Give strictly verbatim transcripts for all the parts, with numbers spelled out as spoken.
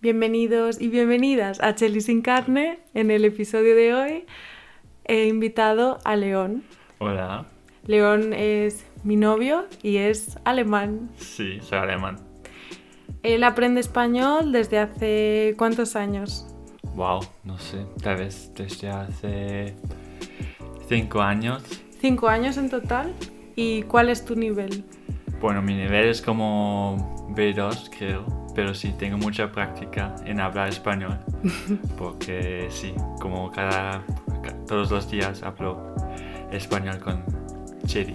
Bienvenidos y bienvenidas a Cheli sin carne. En el episodio de hoy he invitado a León. Hola. León es mi novio y es alemán. Sí, soy alemán. Él aprende español desde hace ¿cuántos años? Wow, no sé, tal vez desde hace cinco años. ¿Cinco años en total? ¿Y cuál es tu nivel? Bueno, mi nivel es como B dos, creo, pero sí, tengo mucha práctica en hablar español, porque sí, como cada, ca- todos los días hablo español con Chedi.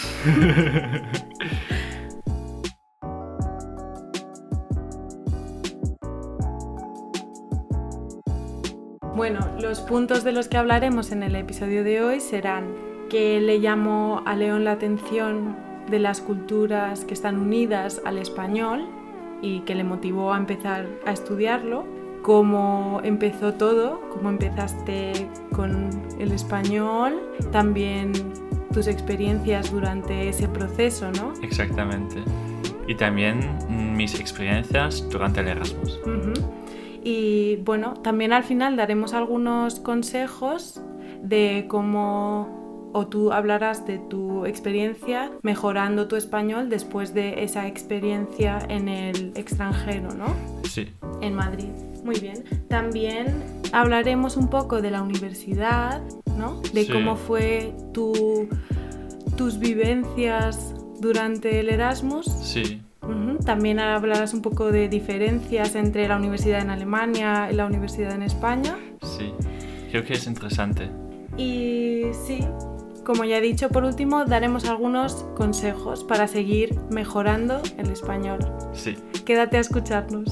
Bueno, los puntos de los que hablaremos en el episodio de hoy serán que le llamó a León la atención de las culturas que están unidas al español y que le motivó a empezar a estudiarlo, cómo empezó todo, cómo empezaste con el español, también tus experiencias durante ese proceso, ¿no? Exactamente. Y también mm, mis experiencias durante el Erasmus. Uh-huh. Y bueno, también al final daremos algunos consejos de cómo, o tú hablarás de tu experiencia mejorando tu español después de esa experiencia en el extranjero, ¿no? Sí. En Madrid. Muy bien. También hablaremos un poco de la universidad, ¿no? De Sí. cómo fue tu, tus vivencias durante el Erasmus. Sí. Uh-huh. También hablarás un poco de diferencias entre la universidad en Alemania y la universidad en España. Sí, creo que es interesante. Y sí, como ya he dicho, por último, daremos algunos consejos para seguir mejorando el español. Sí. Quédate a escucharnos.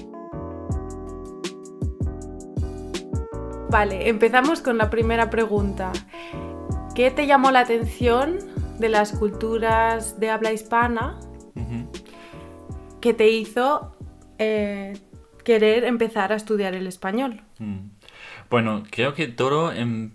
Vale, empezamos con la primera pregunta. ¿Qué te llamó la atención de las culturas de habla hispana Ujú. que te hizo eh, querer empezar a estudiar el español? Mm. Bueno, creo que todo em-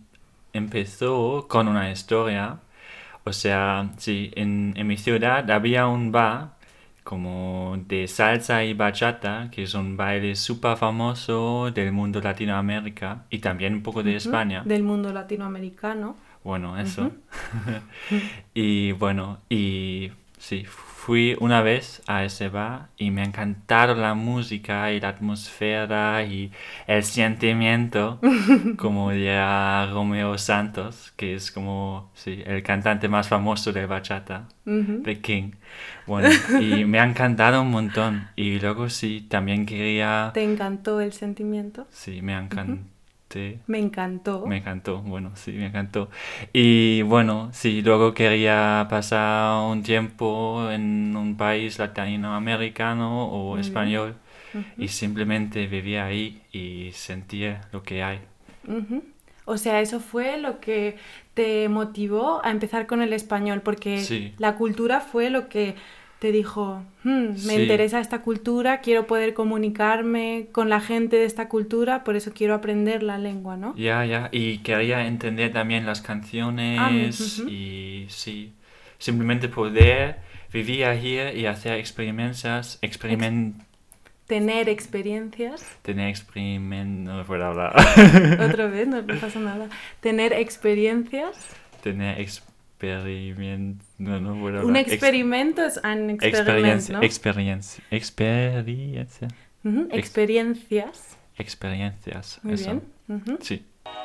empezó con una historia. O sea, sí, en, en mi ciudad había un bar como de salsa y bachata, que es un baile súper famoso del mundo Latinoamérica y también un poco de Ujú. España. Del mundo latinoamericano. Bueno, eso. Ujú. Y bueno, y sí, fui una vez a ese bar y me encantaron la música y la atmósfera y el sentimiento, como diría Romeo Santos, que es como, sí, el cantante más famoso de bachata, Ujú. The King. Bueno, y me ha encantado un montón. Y luego sí, también quería... ¿Te encantó el sentimiento? Sí, me encanté. Me encantó. Me encantó, bueno, sí, me encantó. Y bueno, sí, luego quería pasar un tiempo en un país latinoamericano o Muy bien. español Ujú. y simplemente vivía ahí y sentía lo que hay. Ujú. O sea, eso fue lo que te motivó a empezar con el español, porque Sí. la cultura fue lo que te dijo, "Hmm, me Sí. interesa esta cultura, quiero poder comunicarme con la gente de esta cultura, por eso quiero aprender la lengua", ¿no? Ya, ya, y quería entender también las canciones Ah, ujú. y sí, simplemente poder vivir ahí y hacer experimentos, experiment, Tener experiencias. tener experiment, no me puedo hablar. Otra vez, no no pasa nada. Tener experiencias. Tener experiment... No, no puedo Un hablar. Ex- experimento es un experimento, experiencia, ¿no? experiencia, experiencia, Ujú. ex- Experiencias. experiencias, Muy eso. bien. Ujú. Sí.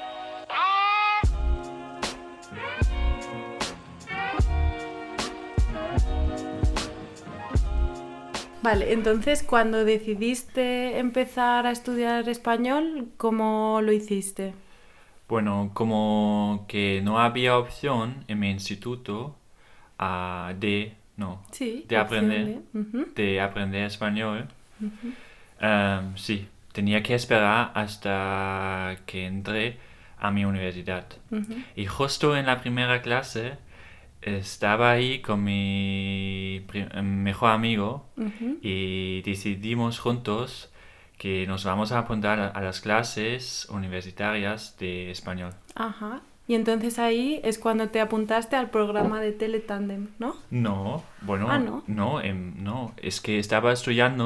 Vale, entonces cuando decidiste empezar a estudiar español, ¿cómo lo hiciste? Bueno, como que no había opción en mi instituto ah, de, no, Sí, de opción aprender, de. Ujú. de aprender español, em, sí, tenía que esperar hasta que entré a mi universidad. Ujú. Y justo en la primera clase estaba ahí con mi pri- eh, mejor amigo Ujú. y decidimos juntos que nos vamos a apuntar a, a las clases universitarias de español. Ajá. Y entonces ahí es cuando te apuntaste al programa de Teletandem, ¿no? No, bueno, Ah, ¿no? no, em, no, es que estaba estudiando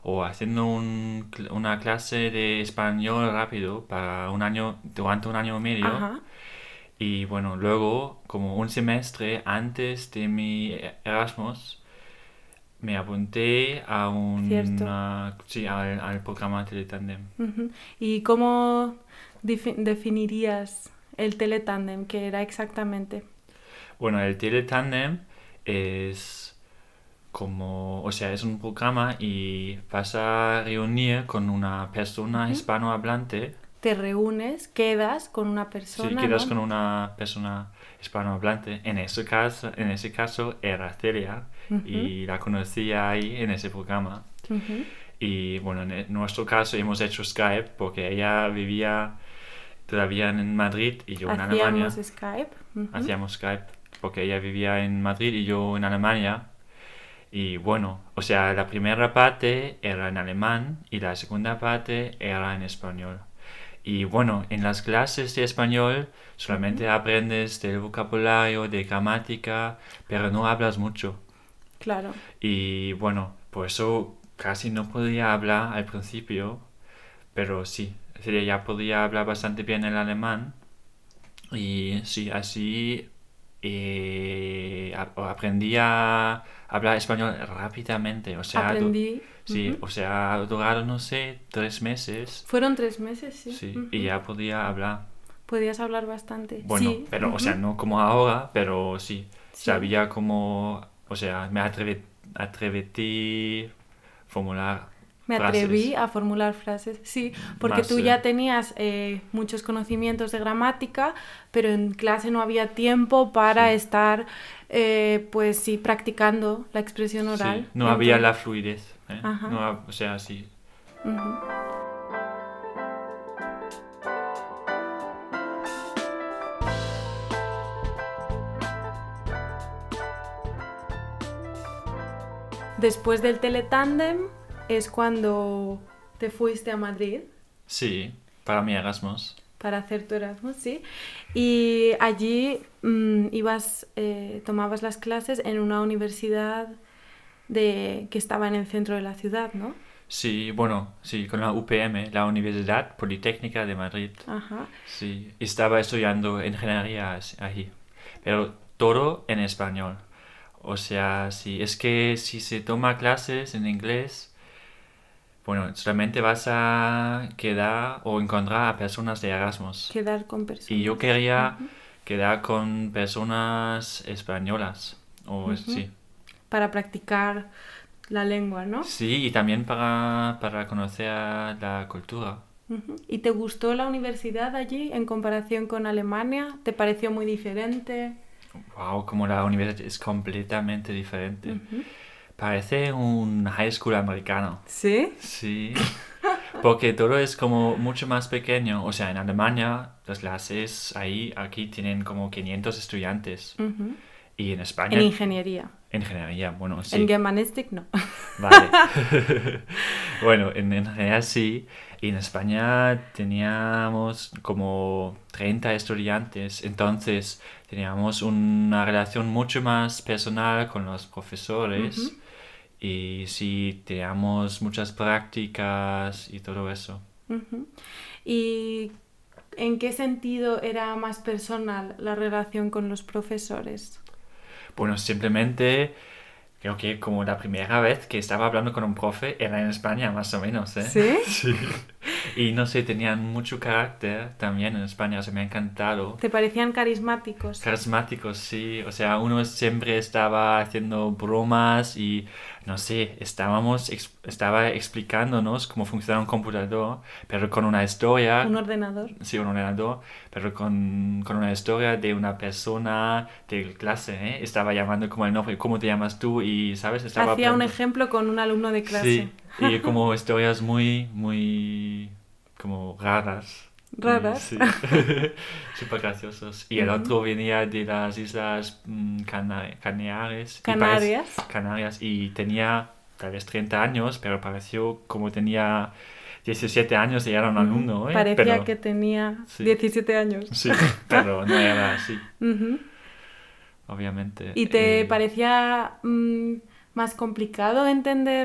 o haciendo un, una clase de español rápido para un año, durante un año y medio. Ajá. Y bueno, luego, como un semestre antes de mi Erasmus, me apunté a un, Cierto. uh, sí, al, al programa Teletandem. Ujú. ¿Y cómo defi- definirías el teletándem, que era exactamente? Bueno, el Teletandem es como, o sea, es un programa y vas a reunir con una persona Ujú. hispanohablante. Te reúnes, quedas con una Sí, persona, quedas ¿no? con una persona hispanohablante. En ese caso, en ese caso era Celia Ujú, y la conocía ahí en ese programa. ujú. Y bueno, en e- nuestro caso hemos hecho Skype porque ella vivía todavía en Madrid y yo en Hacíamos Alemania. Skype. Ujú. Hacíamos Skype porque ella vivía en Madrid y yo en Alemania. Y bueno, o sea, la primera parte era en alemán y la segunda parte era en español. Y bueno, en las clases de español solamente aprendes del vocabulario, de gramática, pero no hablas mucho. Claro. Y bueno, por eso casi no podía hablar al principio, pero sí, sí, ya podía hablar bastante bien el alemán. Y sí, así eh, a- aprendí a hablar español rápidamente. O sea, du- Aprendí. sí, Ujú. o sea, duraron, no sé, tres meses. Fueron tres meses, sí. Sí, y Ujú. ya podía hablar. Podías hablar bastante. Bueno, Sí. pero, o sea, Ujú. no como ahora, pero sí, Sí. sabía cómo, o sea, me atreve, atrevetí formular Me frases. atreví a formular frases, sí, porque Más, tú eh, ya tenías eh, muchos conocimientos de gramática, pero en clase no había tiempo para Sí. estar, eh, pues sí, practicando la expresión oral. Sí, no había Entonces- la fluidez. ¿eh? Ajá. No, ha- o sea, sí. Ujú. Después del teletándem es cuando te fuiste a Madrid Sí, para mi Erasmus. para hacer tu Erasmus, ¿sí? Y allí mm, ibas, eh, tomabas las clases en una universidad de, que estaba en el centro de la ciudad, ¿no? Sí, bueno, sí, con la U P M, la Universidad Politécnica de Madrid. Ajá. Sí, estaba estudiando ingeniería ahí, pero todo en español. O sea, sí, es que si se toma clases en inglés, bueno, solamente vas a quedar o encontrar a personas de Erasmus. Quedar con personas. Y yo quería Ujú. quedar con personas españolas. O Ujú. sí. Para practicar la lengua, ¿no? Sí, y también para, para conocer la cultura. Ujú. ¿Y te gustó la universidad allí en comparación con Alemania? ¿Te pareció muy diferente? Wow, como la universidad es completamente diferente. Ujú. Parece un high school americano. ¿Sí? Sí, porque todo es como mucho más pequeño. O sea, en Alemania las clases ahí, aquí tienen como quinientos estudiantes. Ujú. Y en España, En ingeniería. en ingeniería, bueno, sí. En Germanistic no. Vale. Bueno, en, en general sí. Y en España teníamos como treinta estudiantes. Entonces teníamos una relación mucho más personal con los profesores. Ujú. Y sí, teníamos muchas prácticas y todo eso. Ujú. ¿Y en qué sentido era más personal la relación con los profesores? Bueno, simplemente creo que como la primera vez que estaba hablando con un profe era en España, más o menos, ¿eh? ¿Sí? Sí. Y no sé, tenían mucho carácter también en España, o sea, me ha encantado. ¿Te parecían carismáticos? Carismáticos, sí. O sea, uno siempre estaba haciendo bromas y, no sé, estábamos, ex- estaba explicándonos cómo funciona un computador, pero con una historia. ¿Un ordenador? Sí, un ordenador, pero con, con una historia de una persona de clase, ¿eh? Estaba llamando como el nombre, ¿cómo te llamas tú? Y, ¿sabes? Estaba Hacía un hablando- ejemplo con un alumno de clase. Sí, y como historias muy, muy, como raras. Y Raras. sí, súper graciosos. Y el Ujú. otro venía de las islas mm, Cana- Canarias. y Canarias. parec- Canarias. Y tenía tal vez treinta años, pero pareció como tenía diecisiete años y era un alumno, ¿eh? Parecía Pero- que tenía sí. diecisiete años. Sí, pero no era así, Ujú. obviamente. ¿Y te Eh, parecía mm, más complicado entender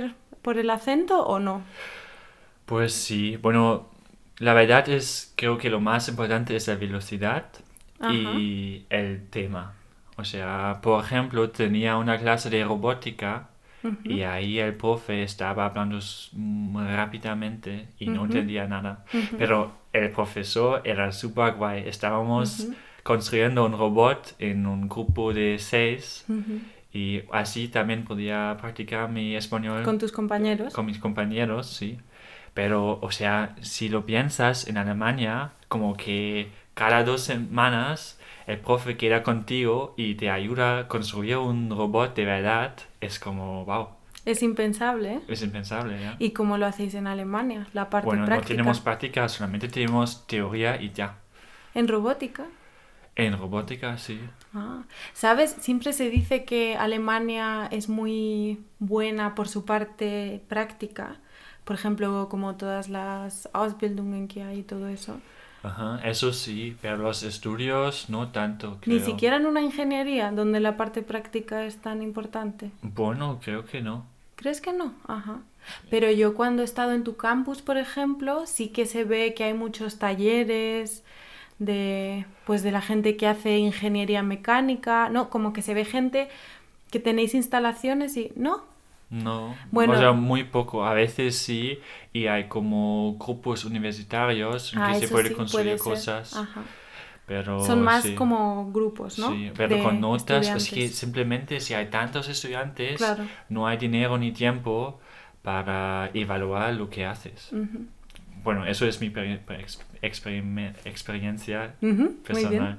por el acento o no? Pues sí, bueno, la verdad es, creo que lo más importante es la velocidad Ajá. y el tema. O sea, por ejemplo, tenía una clase de robótica Ujú. y ahí el profe estaba hablando s- muy rápidamente y no Ujú. entendía nada. Ujú. Pero el profesor era súper guay. Estábamos Ujú. construyendo un robot en un grupo de seis Ujú. y así también podía practicar mi español Con tus compañeros. con mis compañeros, sí. Pero, o sea, si lo piensas, en Alemania, como que cada dos semanas el profe queda contigo y te ayuda a construir un robot de verdad, es como, wow, Es impensable, ¿eh? es impensable, ¿ya? ¿Y cómo lo hacéis en Alemania? La parte Bueno, no práctica. tenemos práctica, solamente tenemos teoría y ya. ¿En robótica? En robótica, sí. Ah, ¿sabes? Siempre se dice que Alemania es muy buena por su parte práctica. Por ejemplo, como todas las Ausbildungen que hay y todo eso. Ajá, eso sí, pero los estudios no tanto, creo. Ni siquiera en una ingeniería donde la parte práctica es tan importante. Bueno, creo que no. ¿Crees que no? Ajá. Pero yo cuando he estado en tu campus, por ejemplo, sí que se ve que hay muchos talleres de, pues de la gente que hace ingeniería mecánica, ¿no? Como que se ve gente que tenéis instalaciones y... ¿No? No, Bueno. o sea, muy poco. A veces sí, y hay como grupos universitarios en Ah, que se eso puede sí, construir puede ser. cosas, Ajá. pero Son más sí, como grupos, ¿no? sí, pero De con notas, es que estudiantes. simplemente si hay tantos estudiantes, Claro. no hay dinero ni tiempo para evaluar lo que haces. Ujú. Bueno, eso es mi peri- ex- experime- experiencia Ujú, muy personal. bien.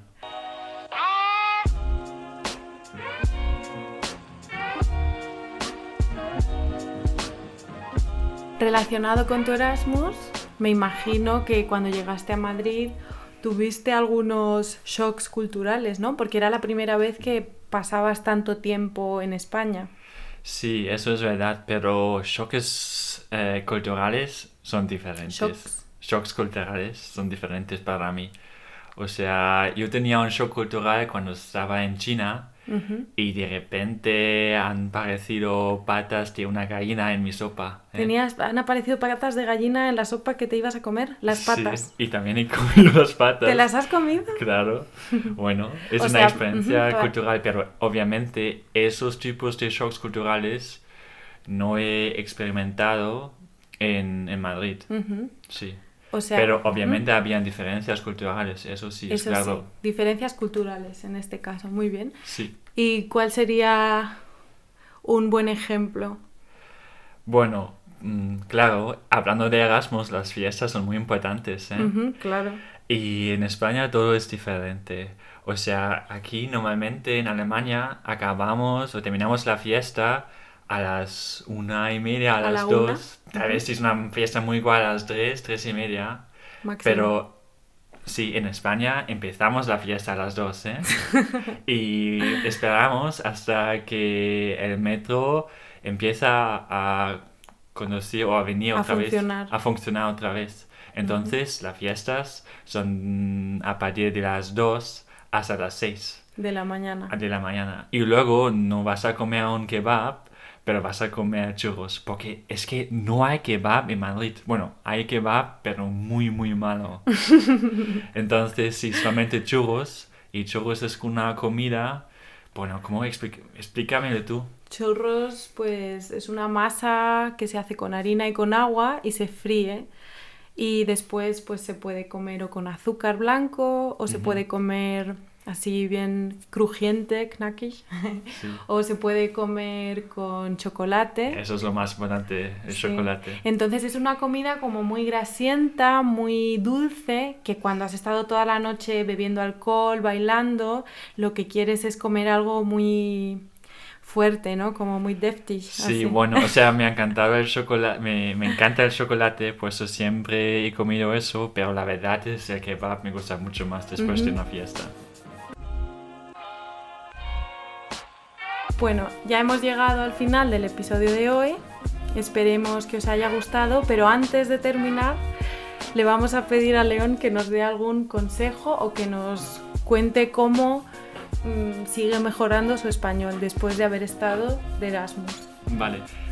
Relacionado con tu Erasmus, me imagino que cuando llegaste a Madrid tuviste algunos shocks culturales, ¿no? Porque era la primera vez que pasabas tanto tiempo en España. Sí, eso es verdad, pero choques eh, culturales son diferentes. Shocks. Shocks culturales son diferentes para mí. O sea, yo tenía un shock cultural cuando estaba en China Ujú. y de repente han aparecido patas de una gallina en mi sopa. ¿eh? Tenías, han aparecido patas de gallina en la sopa que te ibas a comer, las patas. Sí, y también he comido las patas. ¿Te las has comido? Claro. Bueno, es O una sea, experiencia ujú, cultural, pero obviamente esos tipos de shocks culturales no he experimentado en, en Madrid. Ujú. Sí. O sea, Pero ujú. obviamente habían diferencias culturales, eso sí, es Eso claro. sí, diferencias culturales en este caso, muy bien. Sí. ¿Y cuál sería un buen ejemplo? Bueno, mm, claro, hablando de Erasmus, las fiestas son muy importantes, ¿eh? Ujú, claro. Y en España todo es diferente. O sea, aquí normalmente en Alemania acabamos o terminamos la fiesta a las una y media, a, A las la una. dos. Tal Ujú. vez si es una fiesta muy igual a las tres, tres y media. Máximo. Pero sí, en España empezamos la fiesta a las dos, ¿eh? Y esperamos hasta que el metro empieza a conducir o a venir A otra funcionar. vez, a funcionar otra vez. Entonces, las fiestas son a partir de las dos hasta las seis De la mañana. de la mañana. Y luego no vas a comer un kebab, pero vas a comer churros. Porque es que no hay kebab en Madrid. Bueno, hay kebab, pero muy, muy malo. Entonces, sí, solamente churros. Y churros es una comida... Bueno, ¿cómo explica? Explícamelo tú. Churros, pues es una masa que se hace con harina y con agua y se fríe. Y después pues se puede comer o con azúcar blanco o se Ujú. puede comer así bien crujiente, knackig. Sí. O se puede comer con chocolate. Eso es lo más importante, el Sí. chocolate. Entonces es una comida como muy grasienta, muy dulce, que cuando has estado toda la noche bebiendo alcohol, bailando, lo que quieres es comer algo muy fuerte, ¿no? Como muy deftig. Sí, así. bueno, o sea, me ha encantado el chocolate, me, me encanta el chocolate, pues yo siempre he comido eso, pero la verdad es que el kebab me gusta mucho más después de Ujú. una fiesta. Bueno, ya hemos llegado al final del episodio de hoy. Esperemos que os haya gustado, pero antes de terminar, le vamos a pedir a León que nos dé algún consejo o que nos cuente cómo mm, sigue mejorando su español después de haber estado de Erasmus. Vale,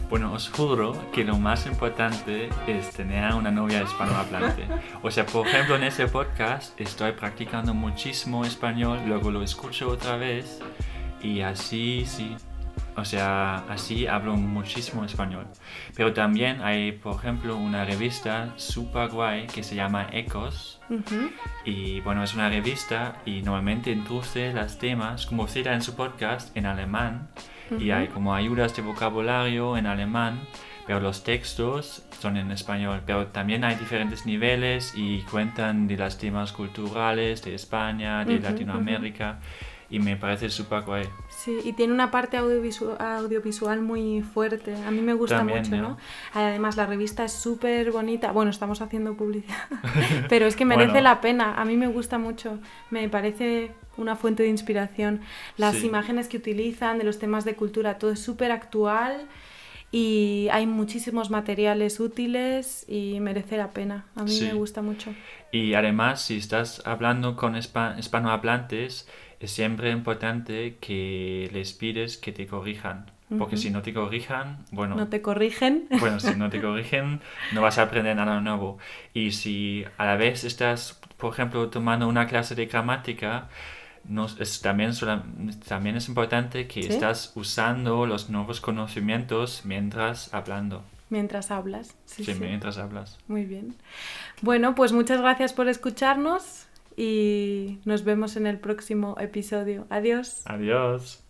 Bueno, os juro que lo más importante es tener una novia hispanohablante. O sea, por ejemplo, en ese podcast estoy practicando muchísimo español, luego lo escucho otra vez y así, sí. O sea, así hablo muchísimo español. Pero también hay, por ejemplo, una revista super guay que se llama Ecos. Uh-huh. Y bueno, es una revista y normalmente introduce los temas, como cita en su podcast, en alemán. Uh-huh. Y hay como ayudas de vocabulario en alemán, pero los textos son en español. Pero también hay diferentes niveles y cuentan de los temas culturales de España, de uh-huh, Latinoamérica. Uh-huh. Y me parece súper guay. Sí, y tiene una parte audiovisual, audiovisual muy fuerte. A mí me gusta También, mucho, ¿no? ¿no? Además, la revista es súper bonita. Bueno, estamos haciendo publicidad, pero es que merece Bueno. la pena. A mí me gusta mucho. Me parece una fuente de inspiración. Las Sí. imágenes que utilizan, de los temas de cultura, todo es súper actual. Y hay muchísimos materiales útiles y merece la pena. A mí Sí. me gusta mucho. Y además, si estás hablando con hispa- hispanohablantes, es siempre importante que les pides que te corrijan. Porque Uh-huh. si no te corrijan, bueno, ¿No te corrigen? bueno, si no te corrigen, no vas a aprender nada nuevo. Y si a la vez estás, por ejemplo, tomando una clase de gramática, no, es, también, sola- también es importante que ¿Sí? estás usando los nuevos conocimientos mientras hablando. Mientras hablas. Sí, Sí, sí. mientras hablas. Muy bien. Bueno, pues muchas gracias por escucharnos y nos vemos en el próximo episodio. Adiós. Adiós.